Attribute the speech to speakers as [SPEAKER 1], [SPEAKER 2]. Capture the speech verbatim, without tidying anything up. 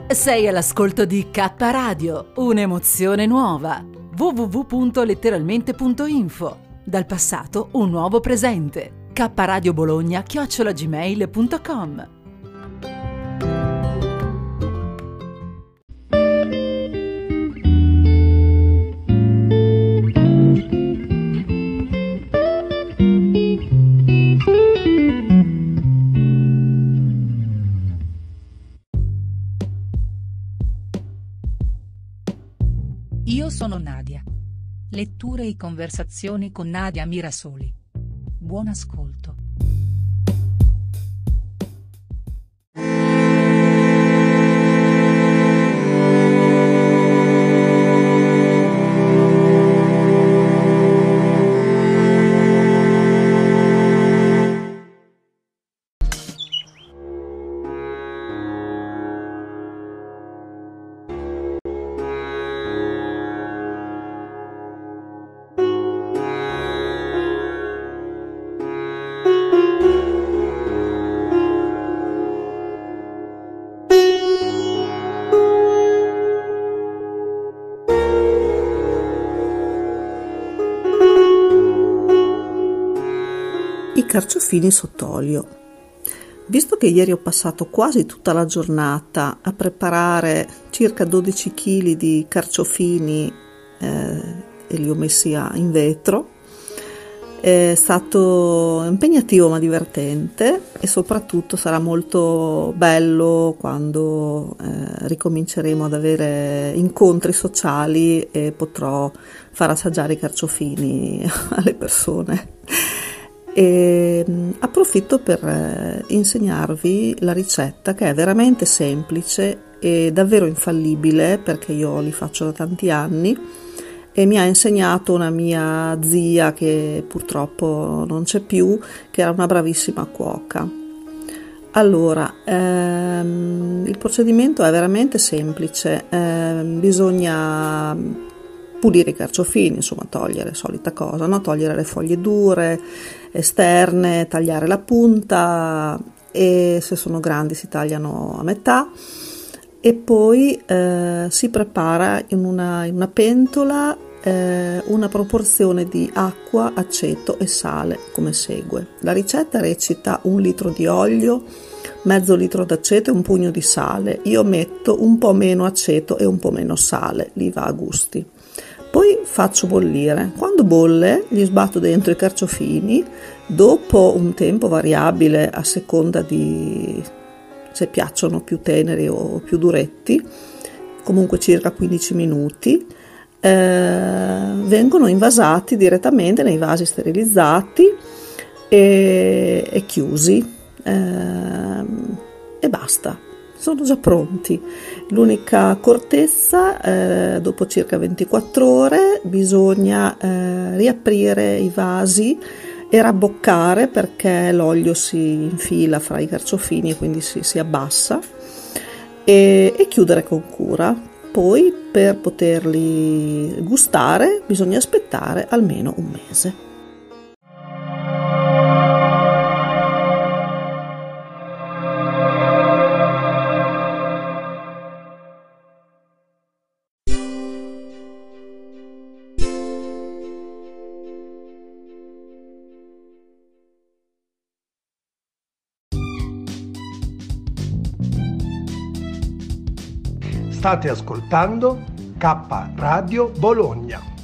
[SPEAKER 1] Sei all'ascolto di K Radio, un'emozione nuova. w w w punto letteralmente punto info. Dal passato un nuovo presente. K Radio Bologna chiocciola gmail punto com.
[SPEAKER 2] Io sono Nadia. Letture e conversazioni con Nadia Mirasoli. Buon ascolto.
[SPEAKER 3] I carciofini sott'olio. Visto che ieri ho passato quasi tutta la giornata a preparare circa dodici chili di carciofini eh, e li ho messi a, in vetro, è stato impegnativo ma divertente, e soprattutto sarà molto bello quando eh, ricominceremo ad avere incontri sociali e potrò far assaggiare i carciofini alle persone. E approfitto per eh, insegnarvi la ricetta, che è veramente semplice e davvero infallibile, perché io li faccio da tanti anni e mi ha insegnato una mia zia che purtroppo non c'è più, che era una bravissima cuoca. Allora, ehm, il procedimento è veramente semplice, ehm, bisogna pulire i carciofini, insomma togliere, solita cosa, no? Togliere le foglie dure, esterne, tagliare la punta, e se sono grandi si tagliano a metà, e poi eh, si prepara in una, in una pentola eh, una proporzione di acqua, aceto e sale come segue. La ricetta recita un litro di olio, mezzo litro d'aceto e un pugno di sale. Io metto un po' meno aceto e un po' meno sale, lì va a gusti. Poi faccio bollire. Quando bolle gli sbatto dentro i carciofini. Dopo un tempo variabile a seconda di se piacciono più teneri o più duretti, comunque circa quindici minuti, eh, vengono invasati direttamente nei vasi sterilizzati e, e chiusi, eh, e basta. Sono già pronti. L'unica accortezza, eh, dopo circa ventiquattro ore bisogna eh, riaprire i vasi e rabboccare, perché l'olio si infila fra i carciofini e quindi si, si abbassa, e, e chiudere con cura. Poi per poterli gustare bisogna aspettare almeno un mese.
[SPEAKER 4] State ascoltando K Radio Bologna.